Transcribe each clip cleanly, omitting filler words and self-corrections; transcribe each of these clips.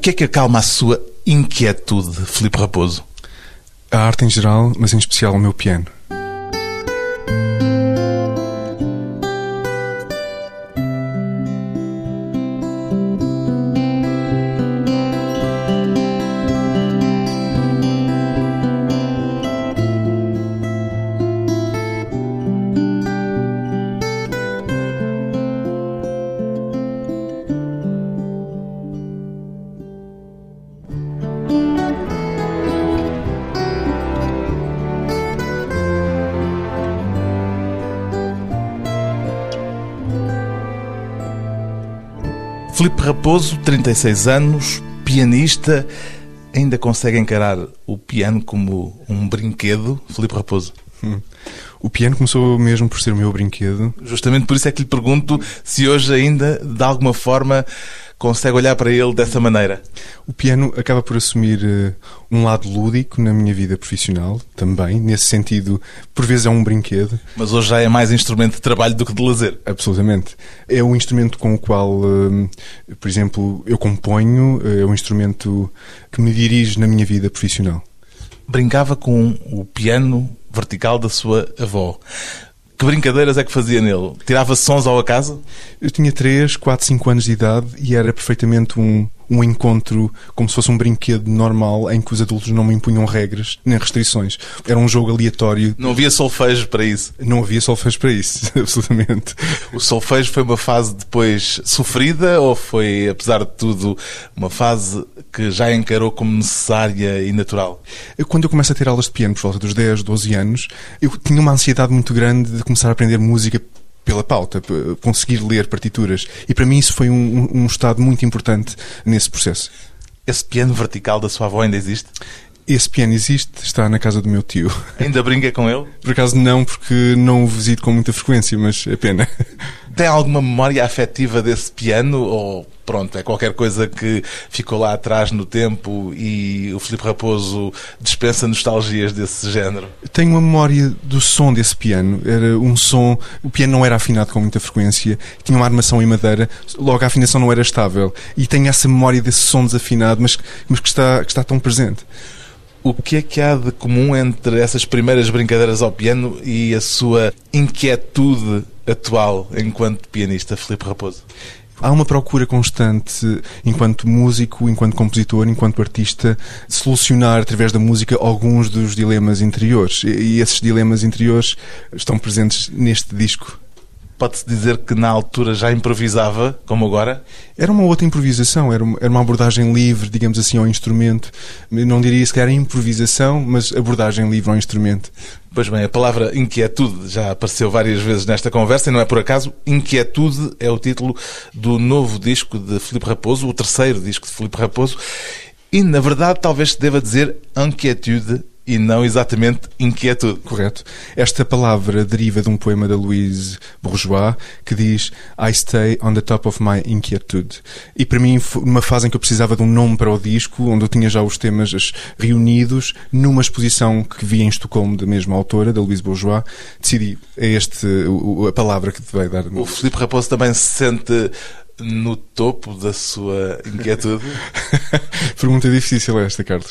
que é que acalma a sua inquietude, Filipe Raposo? A arte em geral, mas em especial o meu piano. Filipe Raposo, 36 anos, pianista, ainda consegue encarar o piano como um brinquedo, Filipe Raposo? O piano começou mesmo por ser o meu brinquedo. Justamente por isso é que lhe pergunto se hoje ainda, de alguma forma, consegue olhar para ele dessa maneira. O piano acaba por assumir um lado lúdico na minha vida profissional também. Nesse sentido, por vezes é um brinquedo. Mas hoje já é mais instrumento de trabalho do que de lazer. Absolutamente. É um instrumento com o qual, por exemplo, eu componho. É um instrumento que me dirige na minha vida profissional. Brincava com o piano vertical da sua avó. Que brincadeiras é que fazia nele? Tirava sons ao acaso? Eu tinha 3, 4, 5 anos de idade e era perfeitamente um encontro, como se fosse um brinquedo normal, em que os adultos não me impunham regras nem restrições. Era um jogo aleatório. Não havia solfejo para isso? Não havia solfejo para isso, absolutamente. O solfejo foi uma fase depois sofrida ou foi, apesar de tudo, uma fase que já encarou como necessária e natural? Quando eu começo a ter aulas de piano por volta dos 10, 12 anos, eu tinha uma ansiedade muito grande de começar a aprender música pela pauta, conseguir ler partituras. E para mim isso foi um estado muito importante nesse processo. Esse piano vertical da sua avó ainda existe? Esse piano existe, está na casa do meu tio. Ainda brinca com ele? Por acaso não, porque não o visito com muita frequência, mas é pena. Tem alguma memória afetiva desse piano ou, pronto, é qualquer coisa que ficou lá atrás no tempo e o Filipe Raposo dispensa nostalgias desse género? Tenho uma memória do som desse piano. Era um som... O piano não era afinado com muita frequência, tinha uma armação em madeira, logo a afinação não era estável. E tenho essa memória desse som desafinado, mas que está tão presente. O que é que há de comum entre essas primeiras brincadeiras ao piano e a sua inquietude atual enquanto pianista, Filipe Raposo? Há uma procura constante, enquanto músico, enquanto compositor, enquanto artista, de solucionar através da música alguns dos dilemas interiores. E esses dilemas interiores estão presentes neste disco. Pode-se dizer que na altura já improvisava, como agora? Era uma outra improvisação, era uma abordagem livre, digamos assim, ao instrumento. Eu não diria se era improvisação, mas abordagem livre ao instrumento. Pois bem, a palavra inquietude já apareceu várias vezes nesta conversa e não é por acaso. Inquietude é o título do novo disco de Filipe Raposo, o terceiro disco de Filipe Raposo. E, na verdade, talvez se deva dizer inquietude e não exatamente inquietude. Correto. Esta palavra deriva de um poema da Louise Bourgeois que diz I stay on the top of my inquietude. E para mim, numa fase em que eu precisava de um nome para o disco, onde eu tinha já os temas reunidos, numa exposição que vi em Estocolmo da mesma autora, da Louise Bourgeois, decidi, a palavra que te vai dar. O Filipe Raposo também se sente no topo da sua inquietude? Pergunta difícil esta, Carlos.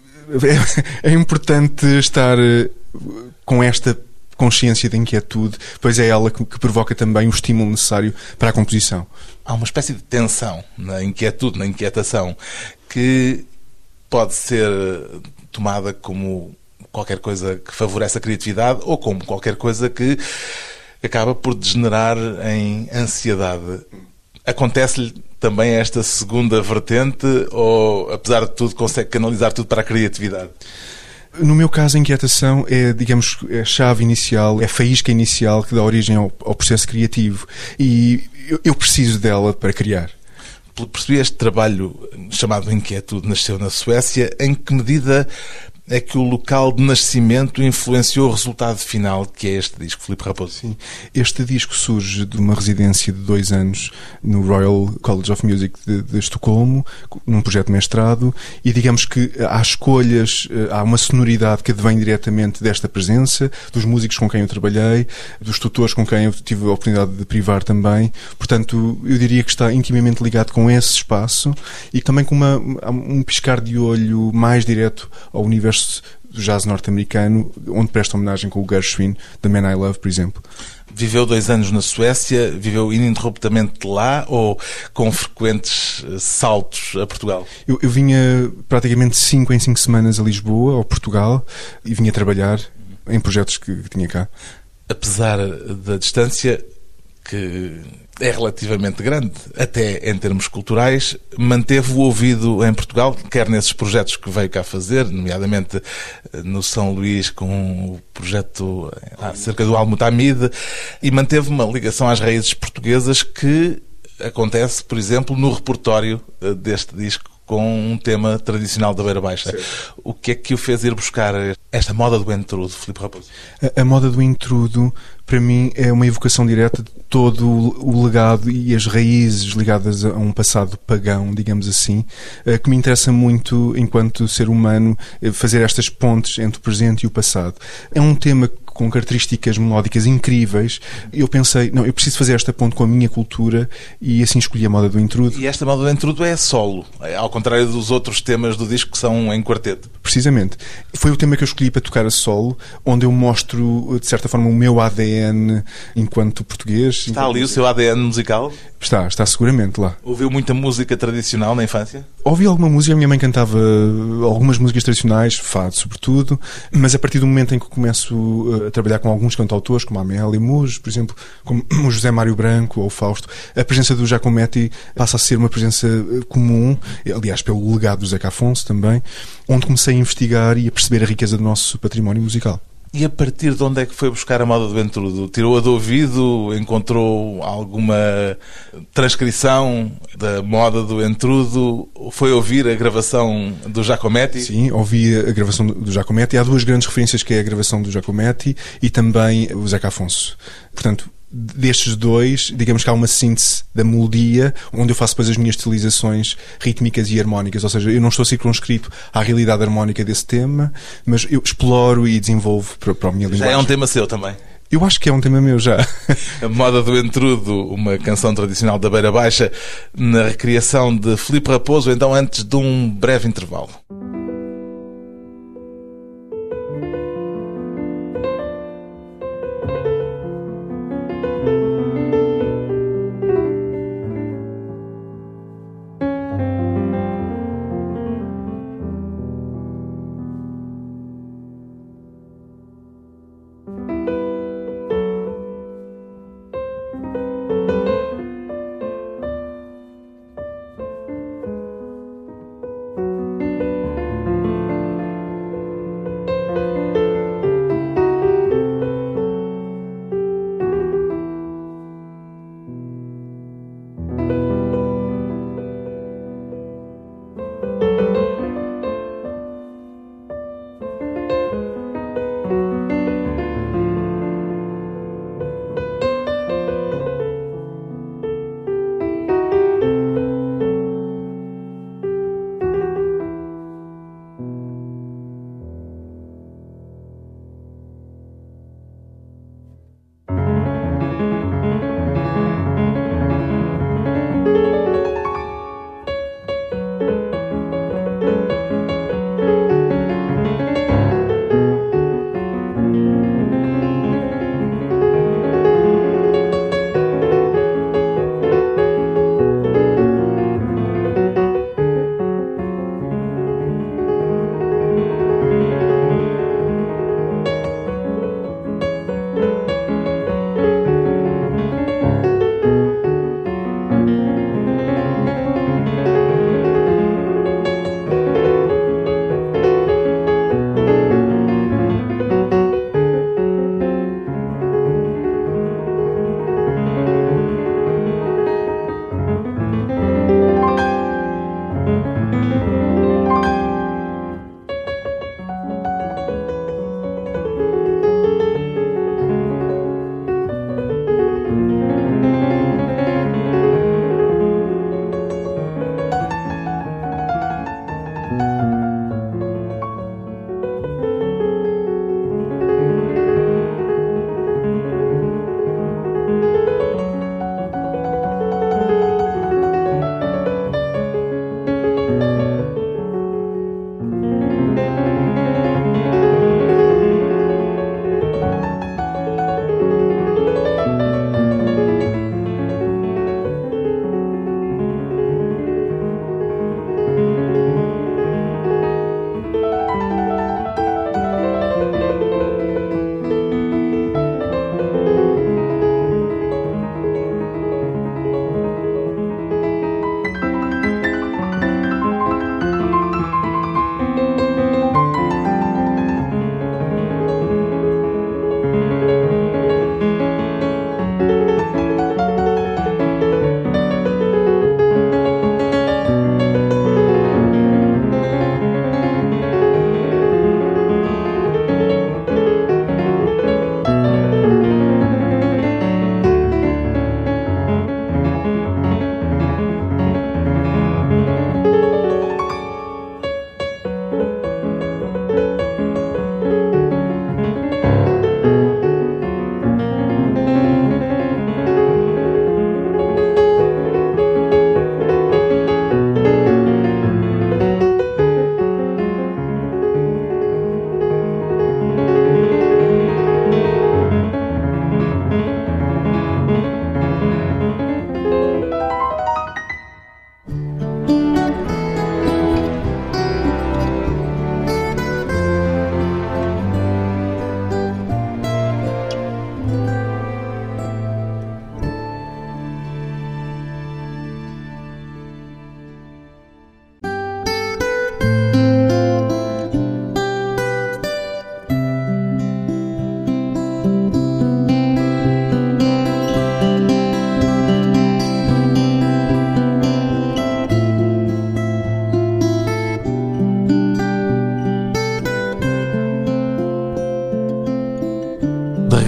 É importante estar com esta consciência de inquietude, pois é ela que provoca também o estímulo necessário para a composição. Há uma espécie de tensão na inquietude, na inquietação, que pode ser tomada como qualquer coisa que favorece a criatividade ou como qualquer coisa que acaba por degenerar em ansiedade. Acontece-lhe também esta segunda vertente ou, apesar de tudo, consegue canalizar tudo para a criatividade? No meu caso, a inquietação é, digamos, a chave inicial, é a faísca inicial que dá origem ao processo criativo. E eu preciso dela para criar. Percebi, este trabalho chamado Inquietude nasceu na Suécia. Em que medida é que o local de nascimento influenciou o resultado final, que é este disco, Filipe Raposo? Sim. Este disco surge de uma residência de 2 anos no Royal College of Music de Estocolmo, num projeto de mestrado, e digamos que há escolhas, há uma sonoridade que advém diretamente desta presença, dos músicos com quem eu trabalhei, dos tutores com quem eu tive a oportunidade de privar também. Portanto, eu diria que está intimamente ligado com esse espaço e também com um piscar de olho mais direto ao universo do jazz norte-americano, onde presta homenagem com o Gershwin, The Man I Love, por exemplo. Viveu 2 anos na Suécia, viveu ininterruptamente lá ou com frequentes saltos a Portugal? Eu vinha praticamente 5 em 5 semanas a Lisboa, ou Portugal, e vinha trabalhar em projetos que tinha cá. Apesar da distância, que é relativamente grande, até em termos culturais, manteve o ouvido em Portugal, quer nesses projetos que veio cá fazer, nomeadamente no São Luís com o projeto acerca do Al-Mutamid, e manteve uma ligação às raízes portuguesas que acontece, por exemplo, no repertório deste disco, com um tema tradicional da Beira Baixa. Sim. O que é que o fez ir buscar esta moda do intrudo, Filipe Raposo? A moda do intrudo, para mim, é uma evocação direta de todo o legado e as raízes ligadas a um passado pagão, digamos assim, que me interessa muito, enquanto ser humano, fazer estas pontes entre o presente e o passado. É um tema com características melódicas incríveis. Eu pensei, não, eu preciso fazer esta ponte com a minha cultura, e assim escolhi a moda do intrudo. E esta moda do intrudo é solo, ao contrário dos outros temas do disco que são em quarteto. Precisamente. Foi o tema que eu escolhi para tocar a solo, onde eu mostro, de certa forma, o meu ADN enquanto português. Está ali o seu ADN musical? Está seguramente lá. Ouviu muita música tradicional na infância? Ouvi alguma música, a minha mãe cantava algumas músicas tradicionais, fado sobretudo, mas a partir do momento em que começo a trabalhar com alguns cantautores, como a Amélie Muges, por exemplo, como o José Mário Branco ou o Fausto, a presença do Giacometti passa a ser uma presença comum, aliás, pelo legado do Zeca Afonso também, onde comecei a investigar e a perceber a riqueza do nosso património musical. E a partir de onde é que foi buscar a moda do intrudo? Tirou-a do ouvido? Encontrou alguma transcrição da moda do intrudo? Foi ouvir a gravação do Giacometti? Sim, ouvi a gravação do Giacometti. Há 2 grandes referências, que é a gravação do Giacometti e também o Zeca Afonso. Portanto, destes 2, digamos que há uma síntese da melodia, onde eu faço depois as minhas estilizações rítmicas e harmónicas, ou seja, eu não estou circunscrito à realidade harmónica desse tema, mas eu exploro e desenvolvo para a minha linguagem. Já é um tema seu também? Eu acho que é um tema meu já. A moda do intrudo, uma canção tradicional da Beira Baixa, na recriação de Filipe Raposo, então antes de um breve intervalo.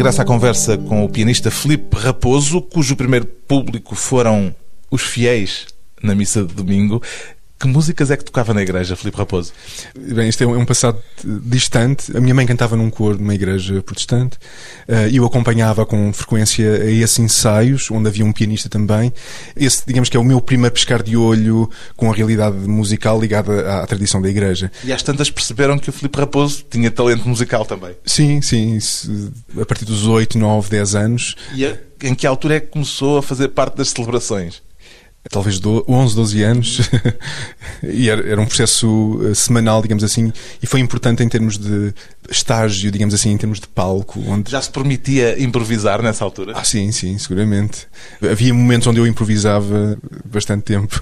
regressa à conversa com o pianista Filipe Raposo, cujo primeiro público foram os fiéis na missa de domingo. Que músicas é que tocava na igreja, Filipe Raposo? Bem, este é um passado distante. A minha mãe cantava num coro numa igreja protestante e eu acompanhava com frequência a esses ensaios, onde havia um pianista também. Esse, digamos que é o meu primeiro pescar de olho com a realidade musical ligada à tradição da igreja. E às tantas perceberam que o Filipe Raposo tinha talento musical também? Sim, isso, a partir dos 8, 9, 10 anos. E em que altura é que começou a fazer parte das celebrações? Talvez 11, 12 anos, e era um processo semanal, digamos assim, e foi importante em termos de estágio, digamos assim, em termos de palco. Onde... Já se permitia improvisar nessa altura? Sim, seguramente. Havia momentos onde eu improvisava bastante tempo.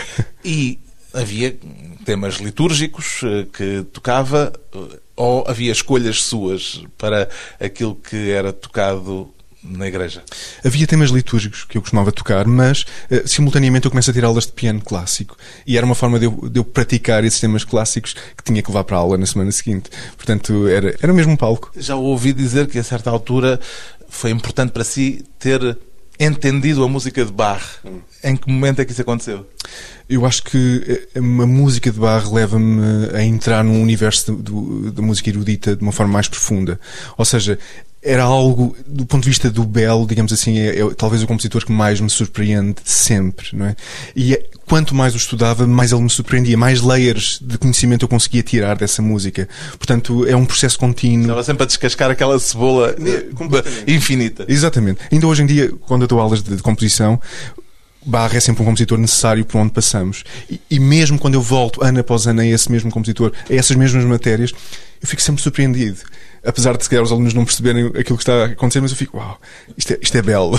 E havia temas litúrgicos que tocava, ou havia escolhas suas para aquilo que era tocado na igreja? Havia temas litúrgicos que eu costumava tocar, mas simultaneamente eu começo a ter aulas de piano clássico e era uma forma de eu praticar esses temas clássicos que tinha que levar para a aula na semana seguinte. Portanto, era mesmo um palco. Já ouvi dizer que a certa altura foi importante para si ter entendido a música de Bach. Em que momento é que isso aconteceu? Eu acho que a música de Bach leva-me a entrar num universo da música erudita de uma forma mais profunda. Ou seja, era algo, do ponto de vista do belo, digamos assim, é talvez o compositor que mais me surpreende sempre, não é? E quanto mais o estudava, mais ele me surpreendia, mais layers de conhecimento eu conseguia tirar dessa música. Portanto, é um processo contínuo. Estava sempre a descascar aquela cebola infinita. Exatamente. Ainda hoje em dia, quando eu dou aulas de composição, Bach é sempre um compositor necessário por onde passamos. E mesmo quando eu volto, ano após ano, a esse mesmo compositor, a essas mesmas matérias, eu fico sempre surpreendido. Apesar de, se calhar, os alunos não perceberem aquilo que está a acontecer, mas eu fico, uau, isto é belo.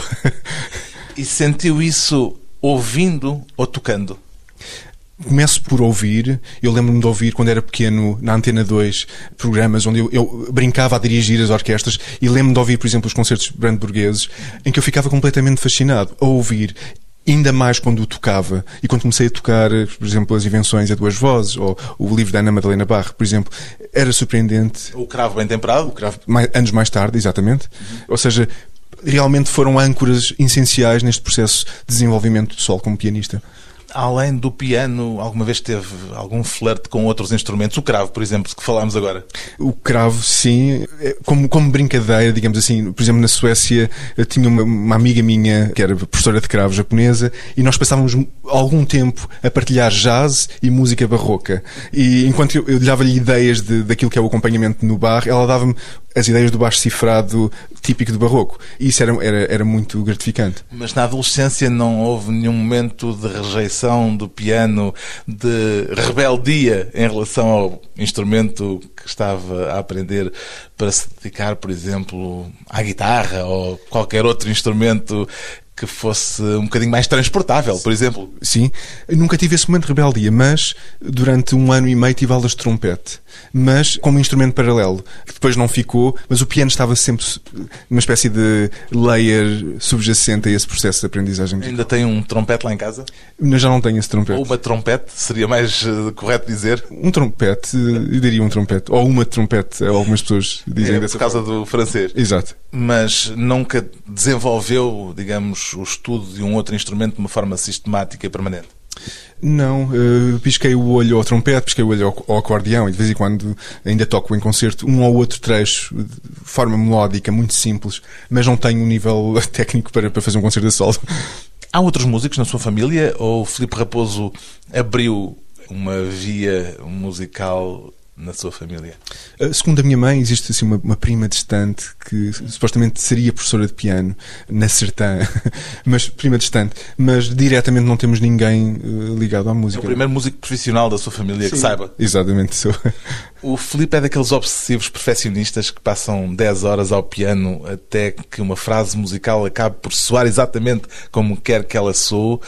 E sentiu isso ouvindo ou tocando? Começo por ouvir. Eu lembro-me de ouvir, quando era pequeno, na Antena 2, programas onde eu brincava a dirigir as orquestras, e lembro-me de ouvir, por exemplo, os concertos brandburgueses, em que eu ficava completamente fascinado a ouvir. Ainda mais quando o tocava. E quando comecei a tocar, por exemplo, as invenções a duas vozes, ou o livro da Ana Madalena Barre, por exemplo, era surpreendente. O cravo bem temperado? O cravo, anos mais tarde, exatamente. Ou seja, realmente foram âncoras essenciais neste processo de desenvolvimento do solo como pianista. Além do piano, alguma vez teve algum flerte com outros instrumentos? O cravo, por exemplo, que falámos agora. O cravo, sim. Como brincadeira, digamos assim. Por exemplo, na Suécia, eu tinha uma amiga minha que era professora de cravo japonesa e nós passávamos algum tempo a partilhar jazz e música barroca. E enquanto eu dava-lhe ideias daquilo que é o acompanhamento no bar, ela dava-me as ideias do baixo cifrado típico do barroco. E isso era muito gratificante. Mas na adolescência não houve nenhum momento de rejeição do piano, de rebeldia em relação ao instrumento que estava a aprender para se dedicar, por exemplo, à guitarra ou qualquer outro instrumento que fosse um bocadinho mais transportável, por exemplo? Sim, eu nunca tive esse momento de rebeldia, mas durante 1 ano e meio tive aulas de trompete, mas como instrumento paralelo, que depois não ficou, mas o piano estava sempre numa espécie de layer subjacente a esse processo de aprendizagem musical. Ainda tem um trompete lá em casa? Eu já não tenho esse trompete. Ou uma trompete, seria mais correto dizer? Um trompete, eu diria um trompete, ou uma trompete, algumas pessoas dizem dessa por causa do francês. Exato. Mas nunca desenvolveu, digamos, o estudo de um outro instrumento de uma forma sistemática e permanente? Não, pisquei o olho ao trompete, pisquei o olho ao acordeão e de vez em quando ainda toco em concerto um ou outro trecho de forma melódica, muito simples, mas não tenho um nível técnico para fazer um concerto a solo. Há outros músicos na sua família ou o Filipe Raposo abriu uma via musical na sua família? Segundo a minha mãe, existe assim uma prima distante que supostamente seria professora de piano na Sertã, mas prima distante, mas diretamente não temos ninguém ligado à música. É o primeiro músico profissional da sua família. Sim, que saiba. Exatamente, sou. O Filipe é daqueles obsessivos perfeccionistas que passam 10 horas ao piano até que uma frase musical acabe por soar exatamente como quer que ela soe,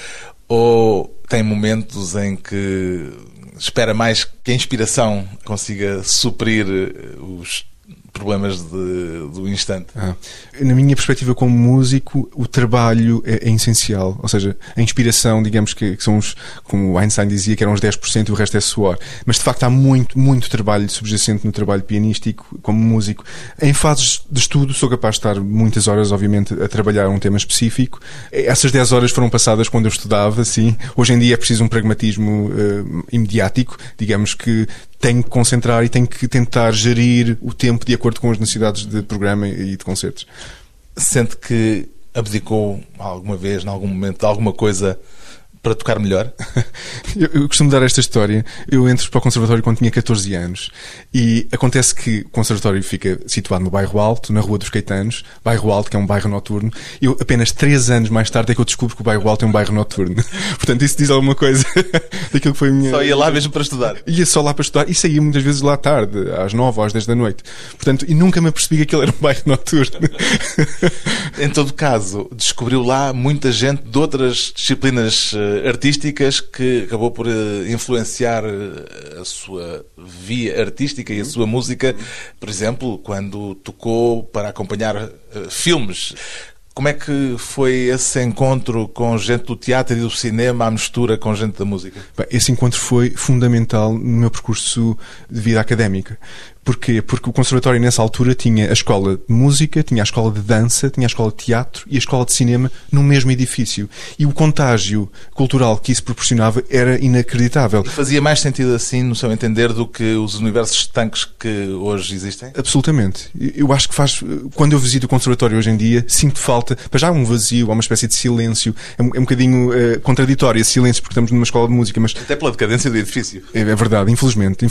ou tem momentos em que espera mais que a inspiração consiga suprir os problemas do instante. Na minha perspectiva como músico, o trabalho é essencial. Ou seja, a inspiração, digamos que são os, como Einstein dizia, que eram os 10% e o resto é suor. Mas de facto há muito trabalho subjacente no trabalho pianístico como músico. Em fases de estudo sou capaz de estar muitas horas, obviamente, a trabalhar um tema específico. Essas 10 horas foram passadas quando eu estudava, sim. Hoje em dia é preciso um pragmatismo imediático, digamos que tenho que concentrar e tenho que tentar gerir o tempo de acordo com as necessidades de programa e de concertos. Sente que abdicou alguma vez, em algum momento, de alguma coisa para tocar melhor? Eu costumo dar esta história. Eu entro para o conservatório quando tinha 14 anos e acontece que o conservatório fica situado no Bairro Alto, na Rua dos Caetanos, Bairro Alto, que é um bairro noturno. Eu apenas 3 anos mais tarde é que eu descubro que o Bairro Alto é um bairro noturno. Portanto, isso diz alguma coisa daquilo que foi a minha... Só ia lá mesmo para estudar? Ia só lá para estudar e saía muitas vezes lá tarde, às 9 ou às 10 da noite. Portanto, e nunca me apercebi que aquele era um bairro noturno. Em todo caso, descobriu lá muita gente de outras disciplinas artísticas que acabou por influenciar a sua via artística e a sua música, por exemplo, quando tocou para acompanhar filmes. Como é que foi esse encontro com gente do teatro e do cinema à mistura com gente da música? Bem, esse encontro foi fundamental no meu percurso de vida académica. Porquê? Porque o conservatório nessa altura tinha a escola de música, tinha a escola de dança, tinha a escola de teatro e a escola de cinema no mesmo edifício. E o contágio cultural que isso proporcionava era inacreditável. E fazia mais sentido assim, no seu entender, do que os universos estanques que hoje existem? Absolutamente. Eu acho que faz... Quando eu visito o conservatório hoje em dia, sinto falta... Mas já há um vazio, há uma espécie de silêncio. É um bocadinho contraditório esse silêncio, porque estamos numa escola de música, mas... Até pela decadência do edifício. É verdade, infelizmente.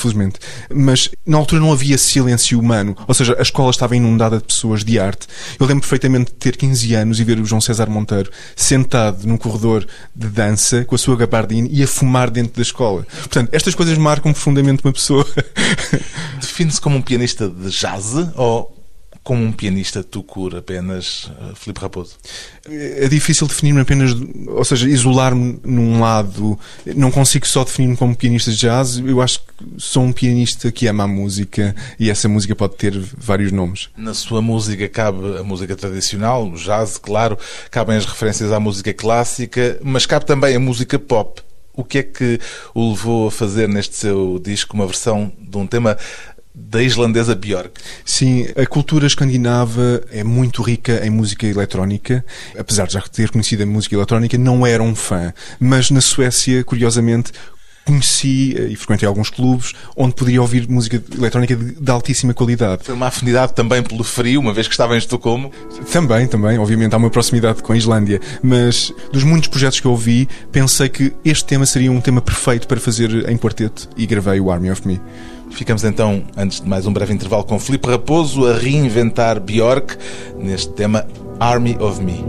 Mas na altura não havia silêncio humano, ou seja, a escola estava inundada de pessoas de arte. Eu lembro perfeitamente de ter 15 anos e ver o João César Monteiro sentado num corredor de dança com a sua gabardine e a fumar dentro da escola. Portanto, estas coisas marcam profundamente uma pessoa. Define-se como um pianista de jazz ou como um pianista tucur apenas, Filipe Raposo? É difícil definir-me apenas, ou seja, isolar-me num lado. Não consigo só definir-me como pianista de jazz. Eu acho que sou um pianista que ama a música e essa música pode ter vários nomes. Na sua música cabe a música tradicional, o jazz, claro, cabem as referências à música clássica, mas cabe também a música pop. O que é que o levou a fazer neste seu disco uma versão de um tema da islandesa Björk? Sim, a cultura escandinava é muito rica em música eletrónica. Apesar de já ter conhecido a música eletrónica, não era um fã. Mas na Suécia, curiosamente, conheci e frequentei alguns clubes onde poderia ouvir música eletrónica de altíssima qualidade. Foi uma afinidade também pelo frio, uma vez que estava em Estocolmo? Também. Obviamente há uma proximidade com a Islândia. Mas dos muitos projetos que eu ouvi, pensei que este tema seria um tema perfeito para fazer em quarteto e gravei o Army of Me. Ficamos então, antes de mais um breve intervalo, com Filipe Raposo a reinventar Björk neste tema Army of Me.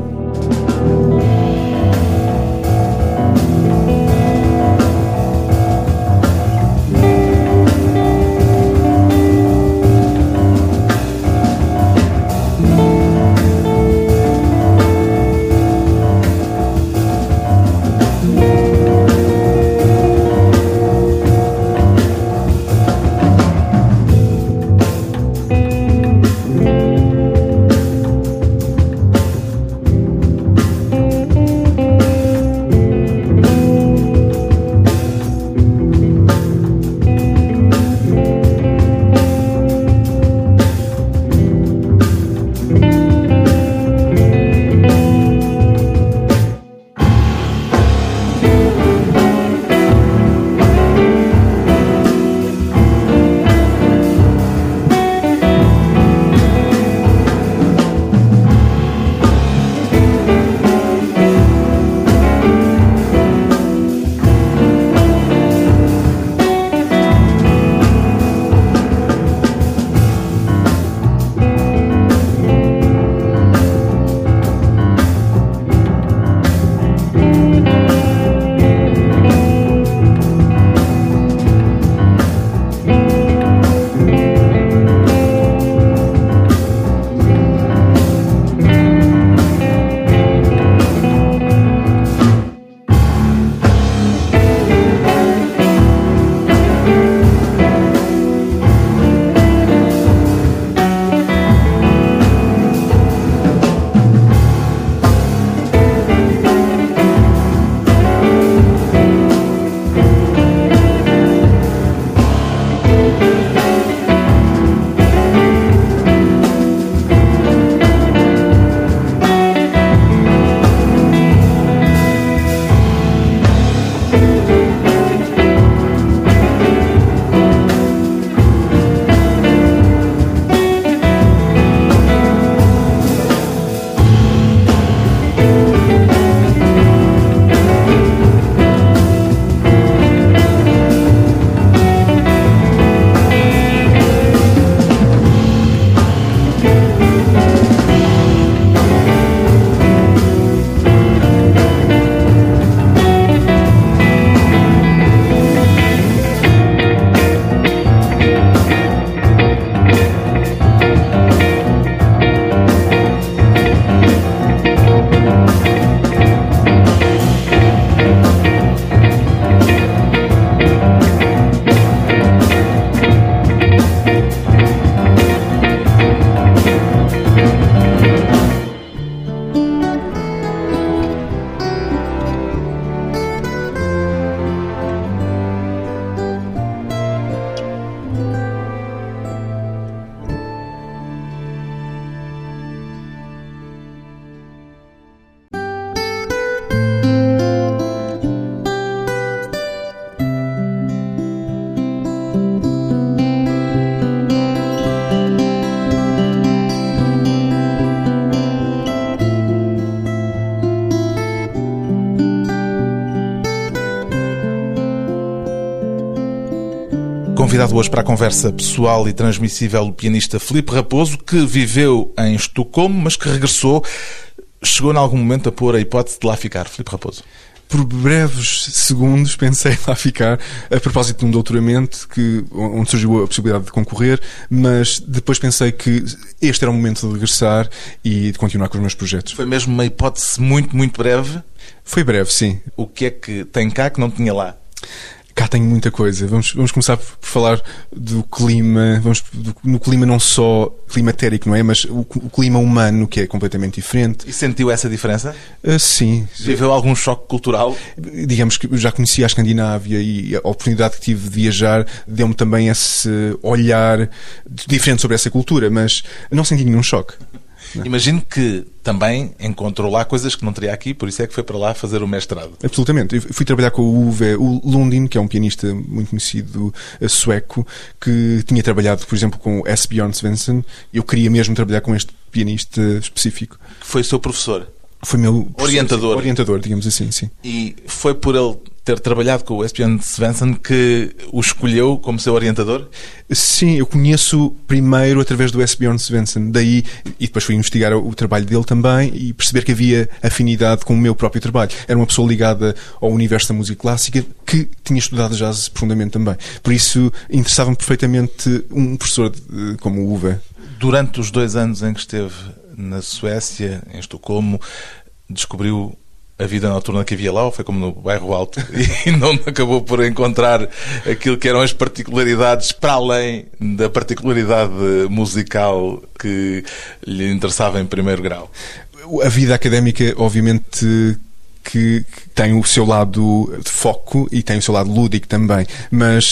Convidado hoje para a conversa pessoal e transmissível o pianista Filipe Raposo, que viveu em Estocolmo, mas que regressou. Chegou em algum momento a pôr a hipótese de lá ficar, Filipe Raposo? Por breves segundos pensei lá ficar, a propósito de um doutoramento onde surgiu a possibilidade de concorrer, mas depois pensei que este era o momento de regressar e de continuar com os meus projetos. Foi mesmo uma hipótese muito, muito breve? Foi breve, sim. O que é que tem cá que não tinha lá? Cá tenho muita coisa. Vamos começar por falar do clima. No clima não só climatérico, não é? Mas o clima humano, que é completamente diferente. E sentiu essa diferença? Sim. Viveu algum choque cultural? Digamos que eu já conhecia a Escandinávia e a oportunidade que tive de viajar deu-me também esse olhar diferente sobre essa cultura, mas não senti nenhum choque. Não. Imagino que também encontrou lá coisas que não teria aqui, por isso é que foi para lá fazer o mestrado. Absolutamente. Eu fui trabalhar com o Uwe Lundin, que é um pianista muito conhecido sueco, que tinha trabalhado, por exemplo, com o Esbjörn Svensson. Eu queria mesmo trabalhar com este pianista específico. Que foi o seu professor? Foi meu orientador. Orientador, digamos assim, sim. E foi por ele ter trabalhado com o Esbjörn Svensson que o escolheu como seu orientador? Sim, eu conheço primeiro através do Esbjörn Svensson, daí, e depois fui investigar o trabalho dele também e perceber que havia afinidade com o meu próprio trabalho. Era uma pessoa ligada ao universo da música clássica que tinha estudado jazz profundamente também. Por isso, interessava-me perfeitamente um professor como o Uwe. Durante os 2 anos em que esteve na Suécia, em Estocolmo, descobriu a vida noturna que havia lá, ou foi como no Bairro Alto, e não acabou por encontrar aquilo que eram as particularidades para além da particularidade musical que lhe interessava em primeiro grau? A vida académica, obviamente, que tem o seu lado de foco e tem o seu lado lúdico também, mas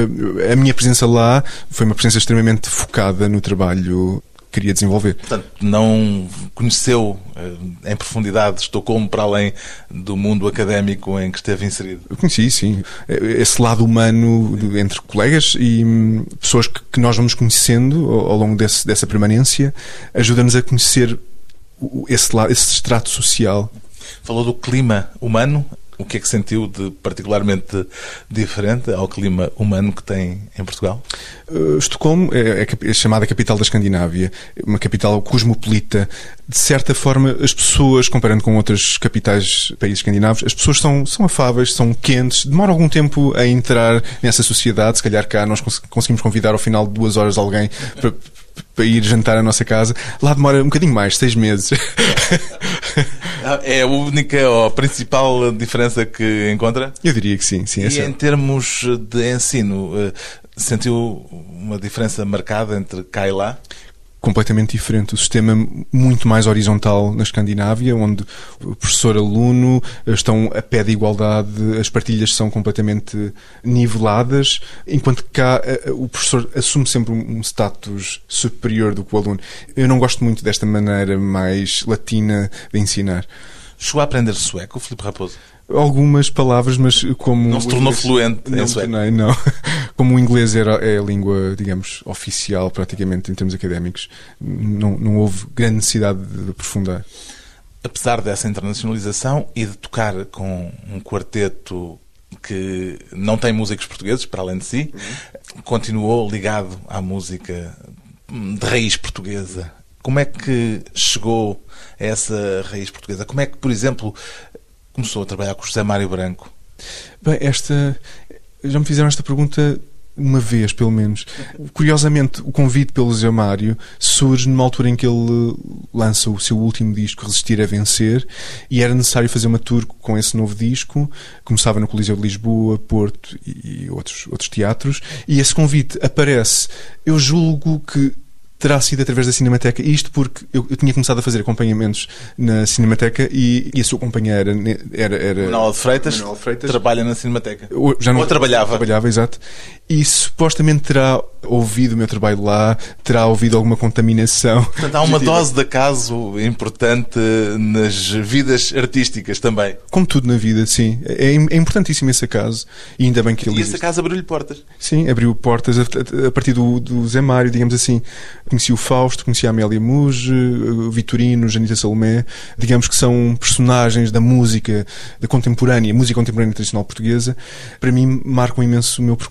a minha presença lá foi uma presença extremamente focada no trabalho que queria desenvolver. Portanto, não conheceu em profundidade Estocolmo para além do mundo académico em que esteve inserido? Eu conheci, sim. Esse lado humano entre colegas e pessoas que nós vamos conhecendo ao longo dessa permanência ajuda-nos a conhecer esse extrato social. Falou do clima humano. O que é que sentiu de particularmente diferente ao clima humano que tem em Portugal? Estocolmo é chamada capital da Escandinávia, uma capital cosmopolita. De certa forma, as pessoas, comparando com outras capitais países escandinavos, as pessoas são afáveis, são quentes, demora algum tempo a entrar nessa sociedade. Se calhar cá nós conseguimos convidar ao final de 2 horas alguém para ir jantar à nossa casa. Lá demora um bocadinho mais, 6 meses. É a única ou a principal diferença que encontra? Eu diria que sim. E em termos de ensino, sentiu uma diferença marcada entre cá e lá? Completamente diferente. O sistema muito mais horizontal na Escandinávia, onde o professor-aluno estão a pé de igualdade, as partilhas são completamente niveladas, enquanto que cá o professor assume sempre um status superior do que o aluno. Eu não gosto muito desta maneira mais latina de ensinar. Chegou a aprender sueco, Filipe Raposo? Algumas palavras, mas como... Não se tornou fluente em sueco? Não. Como o inglês é a língua, digamos, oficial, praticamente, em termos académicos, não houve grande necessidade de aprofundar. Apesar dessa internacionalização e de tocar com um quarteto que não tem músicos portugueses, para além de si, continuou ligado à música de raiz portuguesa. Como é que chegou a essa raiz portuguesa? Como é que, por exemplo, começou a trabalhar com o José Mário Branco? Bem, já me fizeram esta pergunta uma vez, pelo menos. Curiosamente, o convite pelo José Mário surge numa altura em que ele lança o seu último disco, Resistir a Vencer, e era necessário fazer uma tour com esse novo disco. Começava no Coliseu de Lisboa, Porto e outros teatros, e esse convite aparece, eu julgo que terá sido através da Cinemateca, isto porque eu tinha começado a fazer acompanhamentos na Cinemateca e a sua companheira era Manuel de Freitas, trabalha na Cinemateca. Ou trabalhava. Trabalhava, exato. E supostamente terá ouvido o meu trabalho lá, terá ouvido alguma contaminação. Portanto, há uma dose de acaso importante nas vidas artísticas também. Como tudo na vida, sim. É importantíssimo esse acaso. E ainda bem que ele existe. E esse acaso abriu-lhe portas. Sim, abriu portas a partir do Zé Mário, digamos assim. Conheci o Fausto, conheci a Amélia Muge, o Vitorino, Janita Salomé. Digamos que são personagens da música contemporânea tradicional portuguesa. Para mim, marcam imenso o meu percurso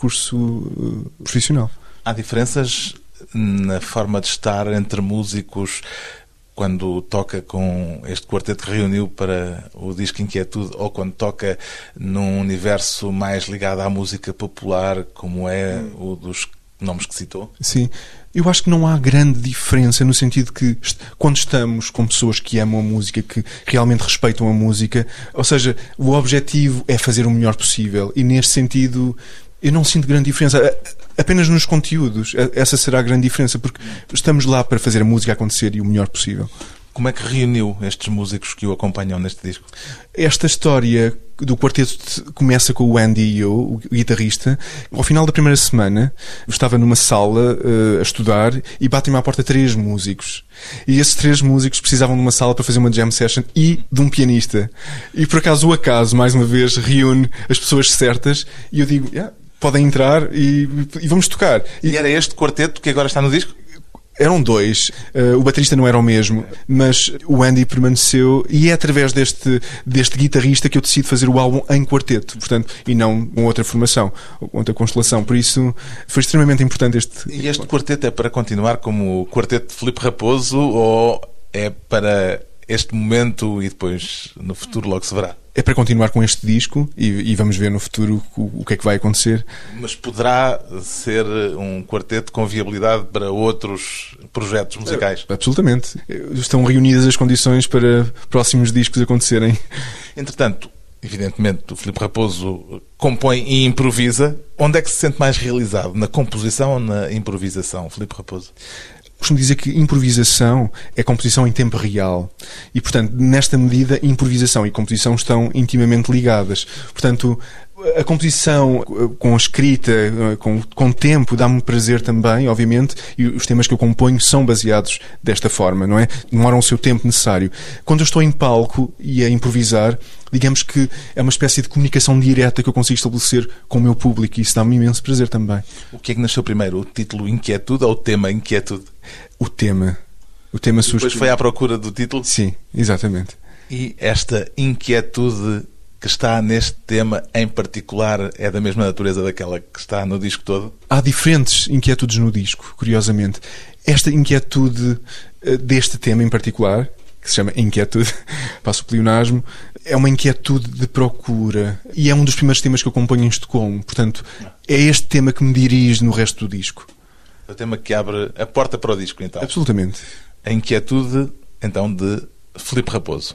profissional. Há diferenças na forma de estar entre músicos quando toca com este quarteto que reuniu para o disco Inquietude ou quando toca num universo mais ligado à música popular, como é o dos nomes que citou? Sim, eu acho que não há grande diferença no sentido que quando estamos com pessoas que amam a música, que realmente respeitam a música, ou seja, o objetivo é fazer o melhor possível e neste sentido eu não sinto grande diferença. Apenas nos conteúdos, essa será a grande diferença, porque estamos lá para fazer a música acontecer e o melhor possível. Como é que reuniu estes músicos que o acompanham neste disco? Esta história do quarteto começa com o Andy e eu, o guitarrista. Ao final da primeira semana, eu estava numa sala a estudar e batem-me à porta 3 músicos. E esses 3 músicos precisavam de uma sala para fazer uma jam session e de um pianista. E por acaso, o acaso, mais uma vez, reúne as pessoas certas e eu digo... podem entrar e vamos tocar. E era este quarteto que agora está no disco? Eram 2. O baterista não era o mesmo, mas o Andy permaneceu e é através deste guitarrista que eu decido fazer o álbum em quarteto, portanto, e não com outra formação, outra constelação. Por isso, foi extremamente importante este... E este quarteto é para continuar como o quarteto de Filipe Raposo ou é para este momento e depois no futuro logo se verá? É para continuar com este disco e vamos ver no futuro o que é que vai acontecer. Mas poderá ser um quarteto com viabilidade para outros projetos musicais? Absolutamente. Estão reunidas as condições para próximos discos acontecerem. Entretanto, evidentemente, o Filipe Raposo compõe e improvisa. Onde é que se sente mais realizado? Na composição ou na improvisação, Filipe Raposo? Costumo dizer que improvisação é composição em tempo real. E, portanto, nesta medida, improvisação e composição estão intimamente ligadas. Portanto, a composição com a escrita, com tempo, dá-me prazer também, obviamente, e os temas que eu componho são baseados desta forma, não é? Demoram o seu tempo necessário. Quando eu estou em palco e a improvisar, digamos que é uma espécie de comunicação direta que eu consigo estabelecer com o meu público e isso dá-me imenso prazer também. O que é que nasceu primeiro? O título Inquietude ou o tema Inquietude? O tema. O tema surge... Depois foi à procura do título? Sim, exatamente. E esta inquietude que está neste tema em particular é da mesma natureza daquela que está no disco todo? Há diferentes inquietudes no disco, curiosamente. Esta inquietude deste tema em particular, que se chama Inquietude, passo o pleonasmo, é uma inquietude de procura e é um dos primeiros temas que eu componho em Estocolmo. Portanto, é este tema que me dirige no resto do disco. É o tema que abre a porta para o disco, então. Absolutamente. A Inquietude, então, de Filipe Raposo.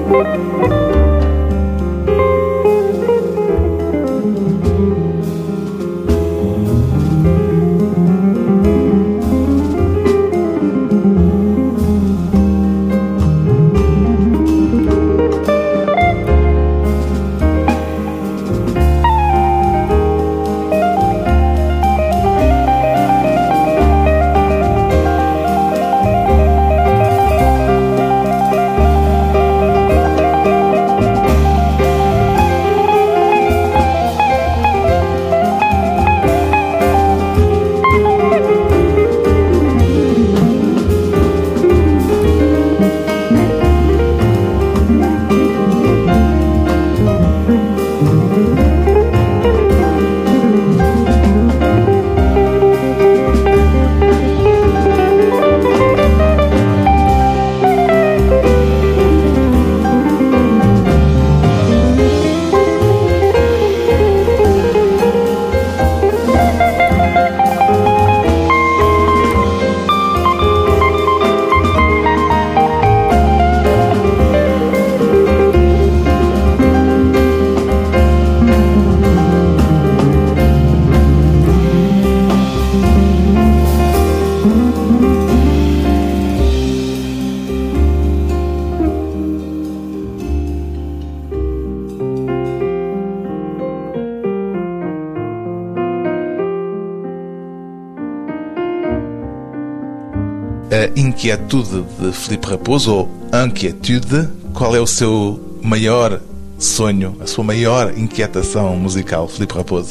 A inquietude de Filipe Raposo, ou inquietude, qual é o seu maior sonho, a sua maior inquietação musical, Filipe Raposo?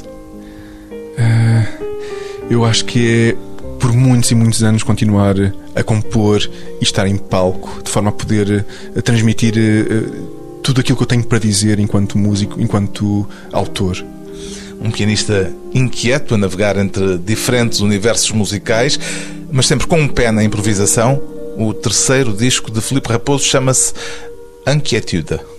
Eu acho que é, por muitos e muitos anos, continuar a compor e estar em palco, de forma a poder transmitir tudo aquilo que eu tenho para dizer enquanto músico, enquanto autor. Um pianista inquieto a navegar entre diferentes universos musicais, mas sempre com um pé na improvisação. O terceiro disco de Filipe Raposo chama-se Inquietude.